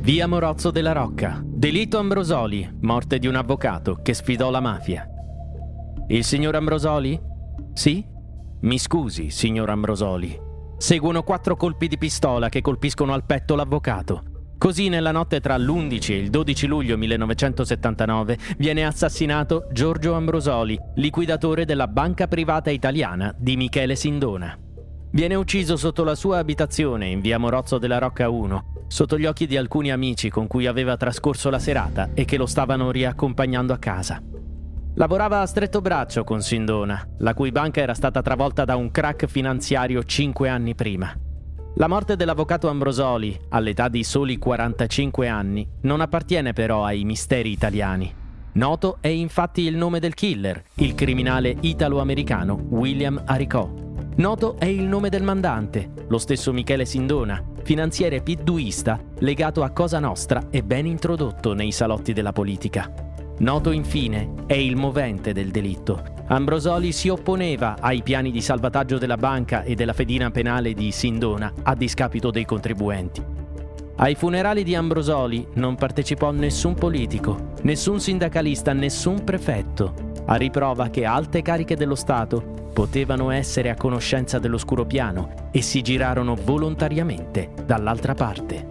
Via Morozzo della Rocca. Delitto Ambrosoli, morte di un avvocato che sfidò la mafia. Il signor Ambrosoli? Sì? Mi scusi, signor Ambrosoli. Seguono 4 colpi di pistola che colpiscono al petto l'avvocato. Così nella notte tra l'11 e il 12 luglio 1979 viene assassinato Giorgio Ambrosoli, liquidatore della banca privata italiana di Michele Sindona. Viene ucciso sotto la sua abitazione in via Morozzo della Rocca 1, sotto gli occhi di alcuni amici con cui aveva trascorso la serata e che lo stavano riaccompagnando a casa. Lavorava a stretto braccio con Sindona, la cui banca era stata travolta da un crack finanziario 5 anni prima. La morte dell'avvocato Ambrosoli, all'età di soli 45 anni, non appartiene però ai misteri italiani. Noto è infatti il nome del killer, il criminale italo-americano William Aricò. Noto è il nome del mandante, lo stesso Michele Sindona, finanziere piduista legato a Cosa Nostra e ben introdotto nei salotti della politica. Noto infine è il movente del delitto. Ambrosoli si opponeva ai piani di salvataggio della banca e della fedina penale di Sindona a discapito dei contribuenti. Ai funerali di Ambrosoli non partecipò nessun politico, nessun sindacalista, nessun prefetto, a riprova che alte cariche dello Stato potevano essere a conoscenza dell'oscuro piano e si girarono volontariamente dall'altra parte.